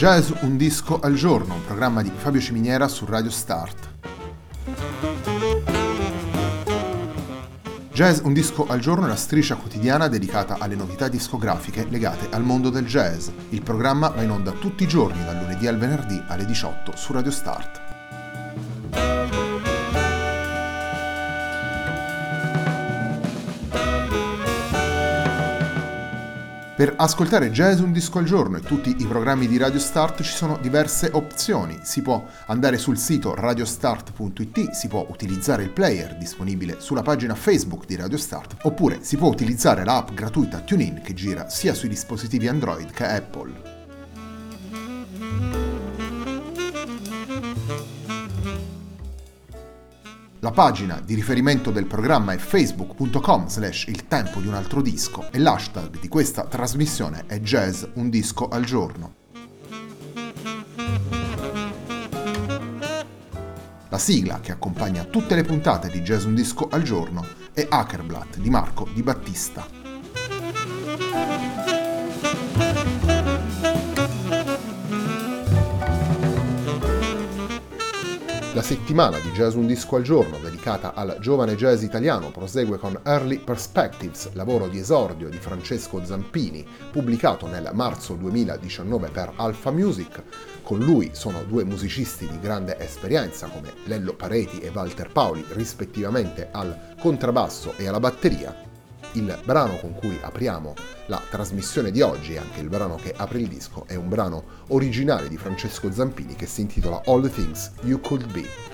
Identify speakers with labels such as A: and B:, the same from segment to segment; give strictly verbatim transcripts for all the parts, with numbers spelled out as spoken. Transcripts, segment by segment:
A: Jazz un disco al giorno, un programma di Fabio Ciminiera su Radio Start. Jazz un disco al giorno è la striscia quotidiana dedicata alle novità discografiche legate al mondo del jazz. Il programma va in onda tutti i giorni, dal lunedì al venerdì alle diciotto su Radio Start. Per ascoltare Jazz un disco al giorno e tutti i programmi di Radio Start ci sono diverse opzioni. Si può andare sul sito radiostart punto it, si può utilizzare il player disponibile sulla pagina Facebook di Radio Start, oppure si può utilizzare l'app gratuita TuneIn che gira sia sui dispositivi Android che Apple. La pagina di riferimento del programma è facebook punto com slash il tempo di un altro disco e l'hashtag di questa trasmissione è Jazz un disco al giorno. La sigla che accompagna tutte le puntate di Jazz un disco al giorno è Hackerblatt di Marco Di Battista. La settimana di Jazz un disco al giorno, dedicata al giovane jazz italiano, prosegue con Early Perspectives, lavoro di esordio di Francesco Zampini, pubblicato nel marzo duemiladiciannove per Alpha Music. Con lui sono due musicisti di grande esperienza come Lello Pareti e Walter Paoli, rispettivamente al contrabbasso e alla batteria. Il brano con cui apriamo la trasmissione di oggi, e anche il brano che apre il disco, è un brano originale di Francesco Zampini che si intitola All the Things You Could Be.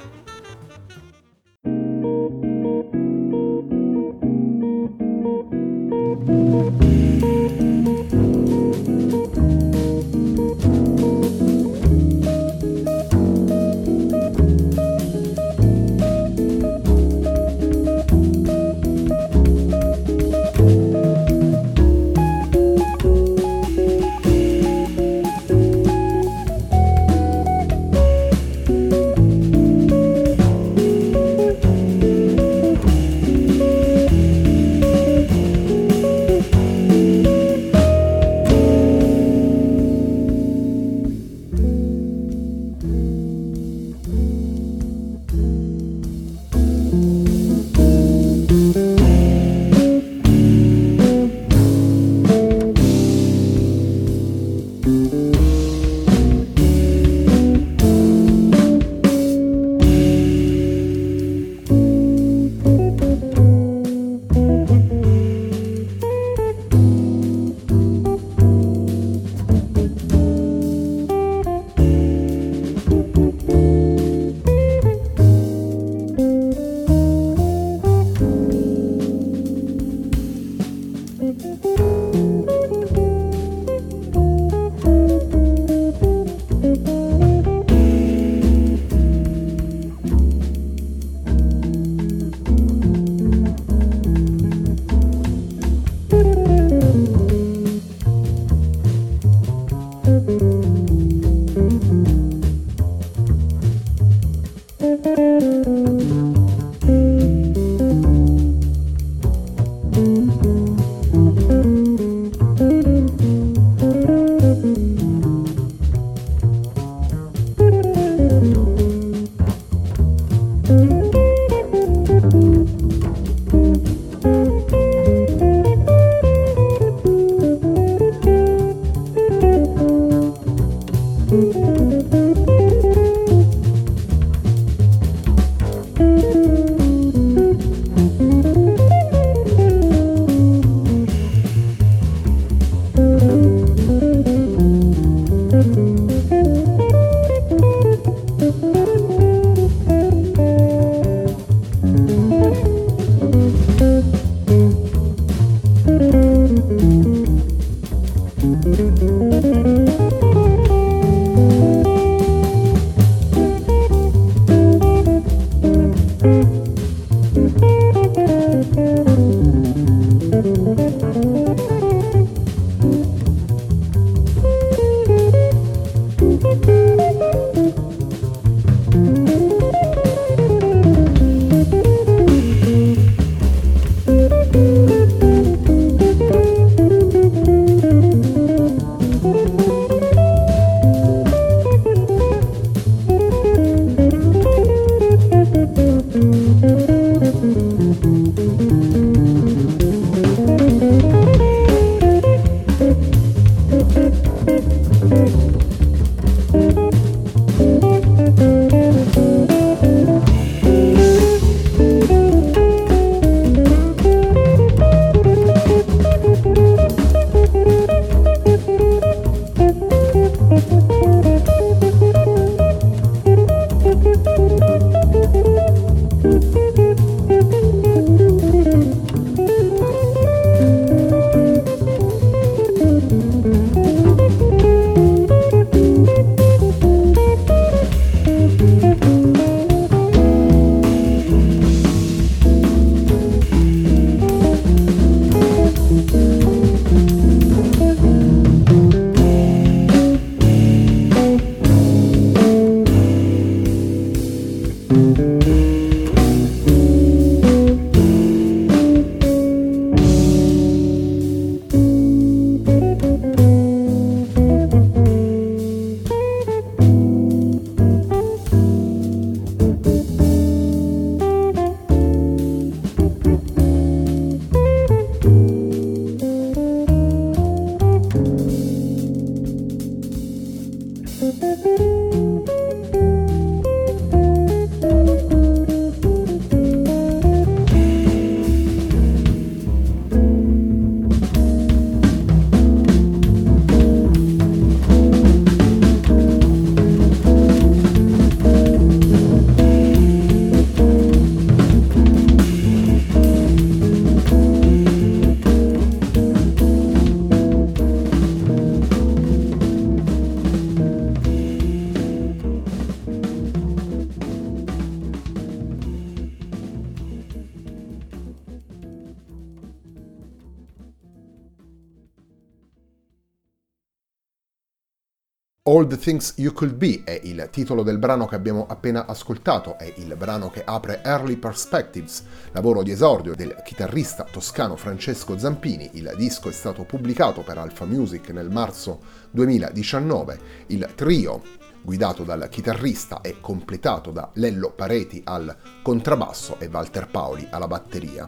A: All the Things You Could Be è il titolo del brano che abbiamo appena ascoltato, è il brano che apre Early Perspectives, lavoro di esordio del chitarrista toscano Francesco Zampini. Il disco è stato pubblicato per Alpha Music nel marzo duemiladiciannove. Il trio, guidato dal chitarrista, è completato da Lello Pareti al contrabbasso e Walter Paoli alla batteria.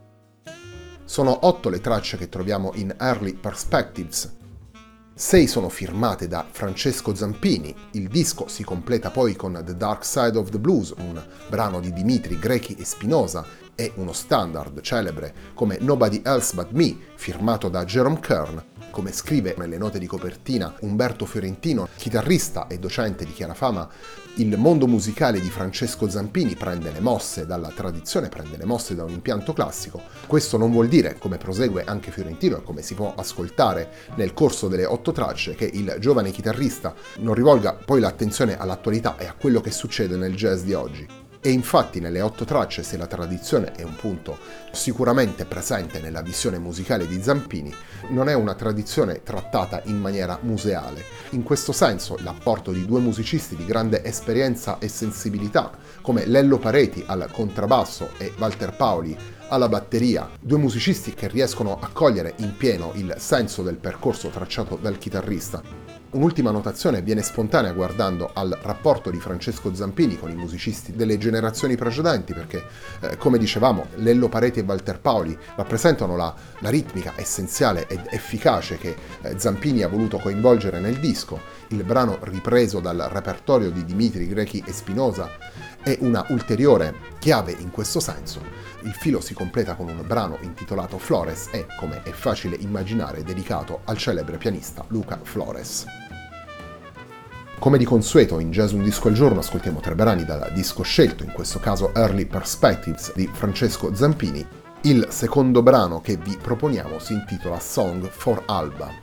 A: Sono otto le tracce che troviamo in Early Perspectives. Sei sono firmate da Francesco Zampini. Il disco si completa poi con The Dark Side of the Blues, un brano di Dimitri Grechi e Spinoza, e uno standard celebre come Nobody Else But Me, firmato da Jerome Kern. Come scrive nelle note di copertina Umberto Fiorentino, chitarrista e docente di chiara fama, il mondo musicale di Francesco Zampini prende le mosse dalla tradizione, prende le mosse da un impianto classico. Questo non vuol dire, come prosegue anche Fiorentino e come si può ascoltare nel corso delle otto tracce, che il giovane chitarrista non rivolga poi l'attenzione all'attualità e a quello che succede nel jazz di oggi. E infatti nelle otto tracce, se la tradizione è un punto sicuramente presente nella visione musicale di Zampini, non è una tradizione trattata in maniera museale. In questo senso l'apporto di due musicisti di grande esperienza e sensibilità, come Lello Pareti al contrabbasso e Walter Paoli alla batteria, due musicisti che riescono a cogliere in pieno il senso del percorso tracciato dal chitarrista. Un'ultima notazione viene spontanea guardando al rapporto di Francesco Zampini con i musicisti delle generazioni precedenti, perché, eh, come dicevamo, Lello Pareti e Walter Paoli rappresentano la, la ritmica essenziale ed efficace che eh, Zampini ha voluto coinvolgere nel disco. Il brano, ripreso dal repertorio di Dimitri Grechi e Spinoza, è una ulteriore chiave in questo senso. Il filo si completa con un brano intitolato Flores e, come è facile immaginare, dedicato al celebre pianista Luca Flores. Come di consueto in Jazz Un Disco al Giorno ascoltiamo tre brani dal disco scelto, in questo caso Early Perspectives di Francesco Zampini. Il secondo brano che vi proponiamo si intitola Song for Alba.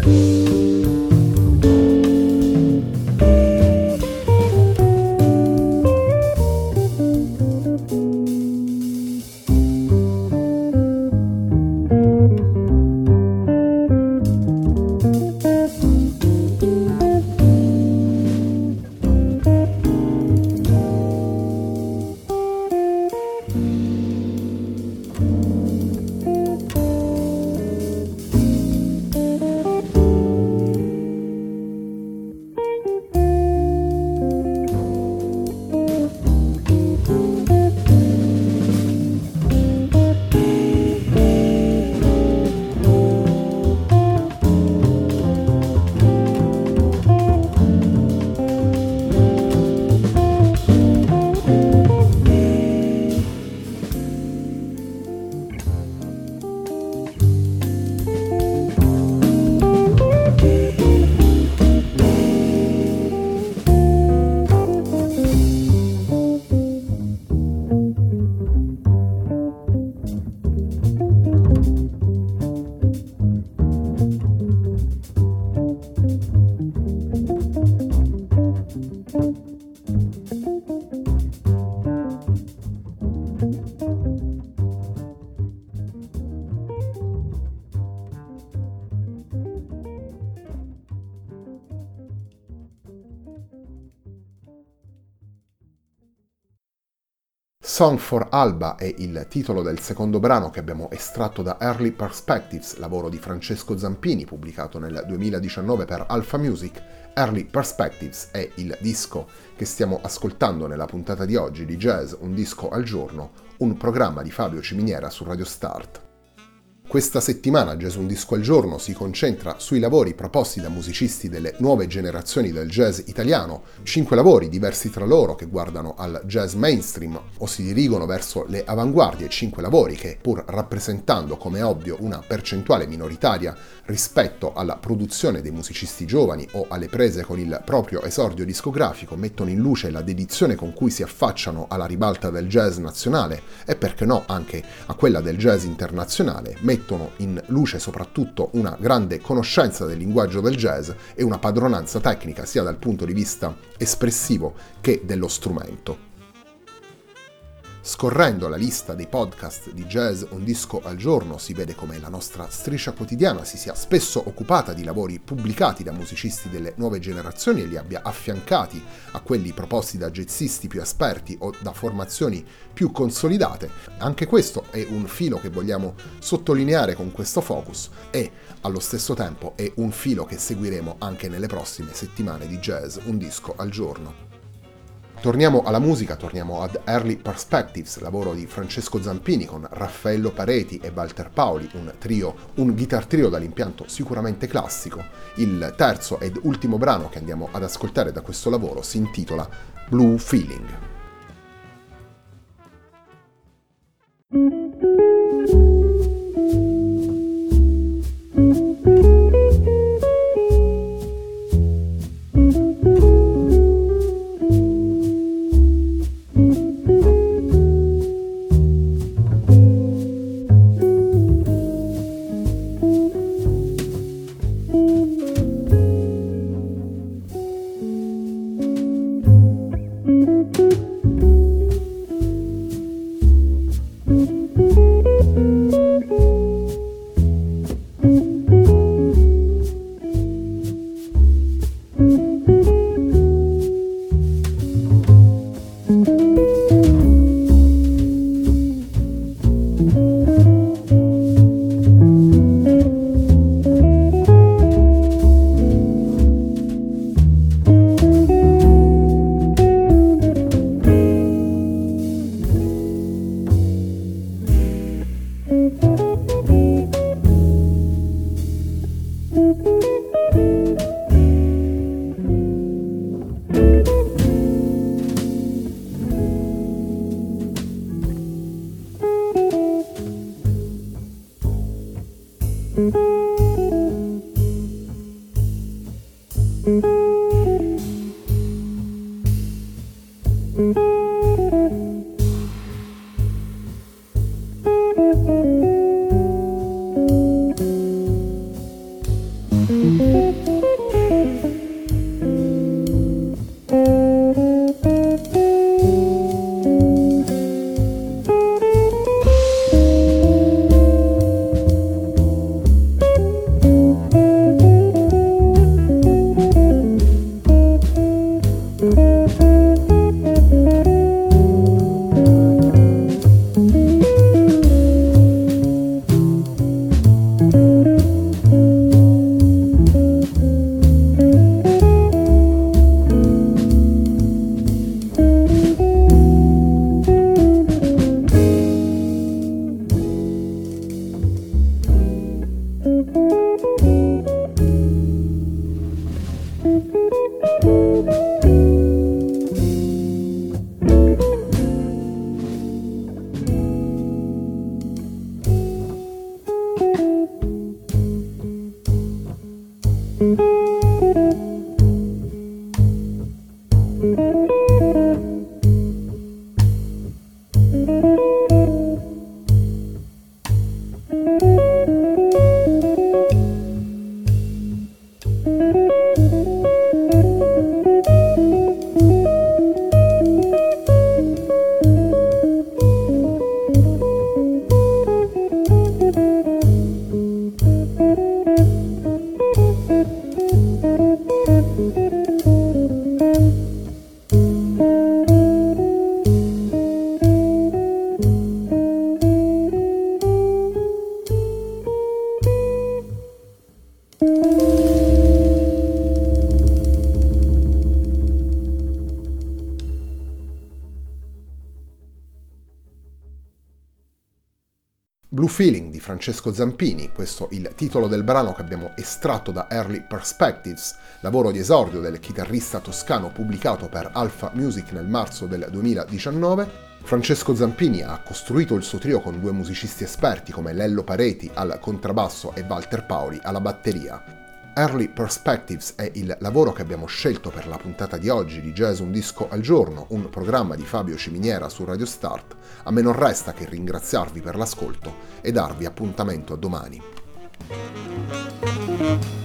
A: Song for Alba è il titolo del secondo brano che abbiamo estratto da Early Perspectives, lavoro di Francesco Zampini, pubblicato nel duemiladiciannove per Alpha Music. Early Perspectives è il disco che stiamo ascoltando nella puntata di oggi di Jazz Un Disco al Giorno, un programma di Fabio Ciminiera su Radio Start. Questa settimana Jazz Un Disco al Giorno si concentra sui lavori proposti da musicisti delle nuove generazioni del jazz italiano, cinque lavori diversi tra loro che guardano al jazz mainstream o si dirigono verso le avanguardie, cinque lavori che, pur rappresentando come ovvio una percentuale minoritaria rispetto alla produzione dei musicisti giovani o alle prese con il proprio esordio discografico, mettono in luce la dedizione con cui si affacciano alla ribalta del jazz nazionale e, perché no, anche a quella del jazz internazionale, mettono in luce soprattutto una grande conoscenza del linguaggio del jazz e una padronanza tecnica sia dal punto di vista espressivo che dello strumento. Scorrendo la lista dei podcast di Jazz Un Disco al Giorno si vede come la nostra striscia quotidiana si sia spesso occupata di lavori pubblicati da musicisti delle nuove generazioni e li abbia affiancati a quelli proposti da jazzisti più esperti o da formazioni più consolidate. Anche questo è un filo che vogliamo sottolineare con questo focus e allo stesso tempo è un filo che seguiremo anche nelle prossime settimane di Jazz Un Disco al Giorno. Torniamo alla musica, torniamo ad Early Perspectives, lavoro di Francesco Zampini con Raffaello Pareti e Walter Paoli, un trio, un guitar trio dall'impianto sicuramente classico. Il terzo ed ultimo brano che andiamo ad ascoltare da questo lavoro si intitola Blue Feeling. Blue Feeling di Francesco Zampini, questo il titolo del brano che abbiamo estratto da Early Perspectives, lavoro di esordio del chitarrista toscano pubblicato per Alpha Music nel marzo del duemiladiciannove. Francesco Zampini ha costruito il suo trio con due musicisti esperti come Lello Pareti al contrabbasso e Walter Paoli alla batteria. Early Perspectives è il lavoro che abbiamo scelto per la puntata di oggi di Jazz Un Disco al Giorno, un programma di Fabio Ciminiera su Radio Start. A me non resta che ringraziarvi per l'ascolto e darvi appuntamento a domani.